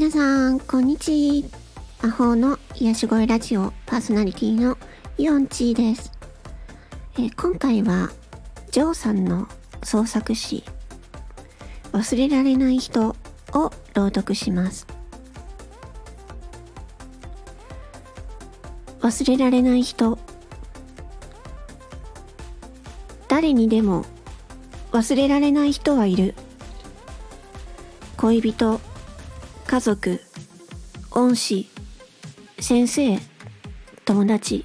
皆さんこんにちは。魔法の癒し声ラジオパーソナリティのヨンチーです。今回はジョーさんの創作詩忘れられない人を朗読します。忘れられない人、誰にでも忘れられない人はいる。恋人、家族、恩師、先生、友達。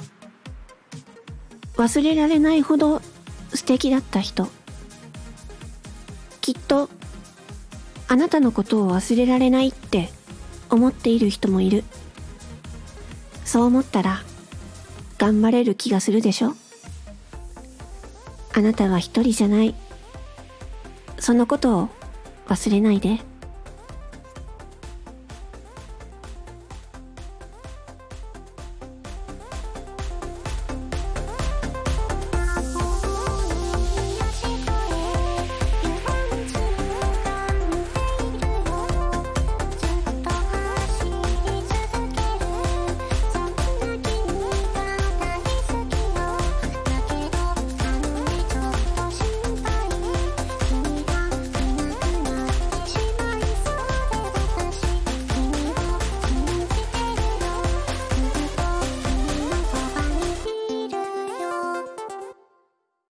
忘れられないほど素敵だった人。きっとあなたのことを忘れられないって思っている人もいる。そう思ったら頑張れる気がするでしょ。あなたは一人じゃない。そのことを忘れないで。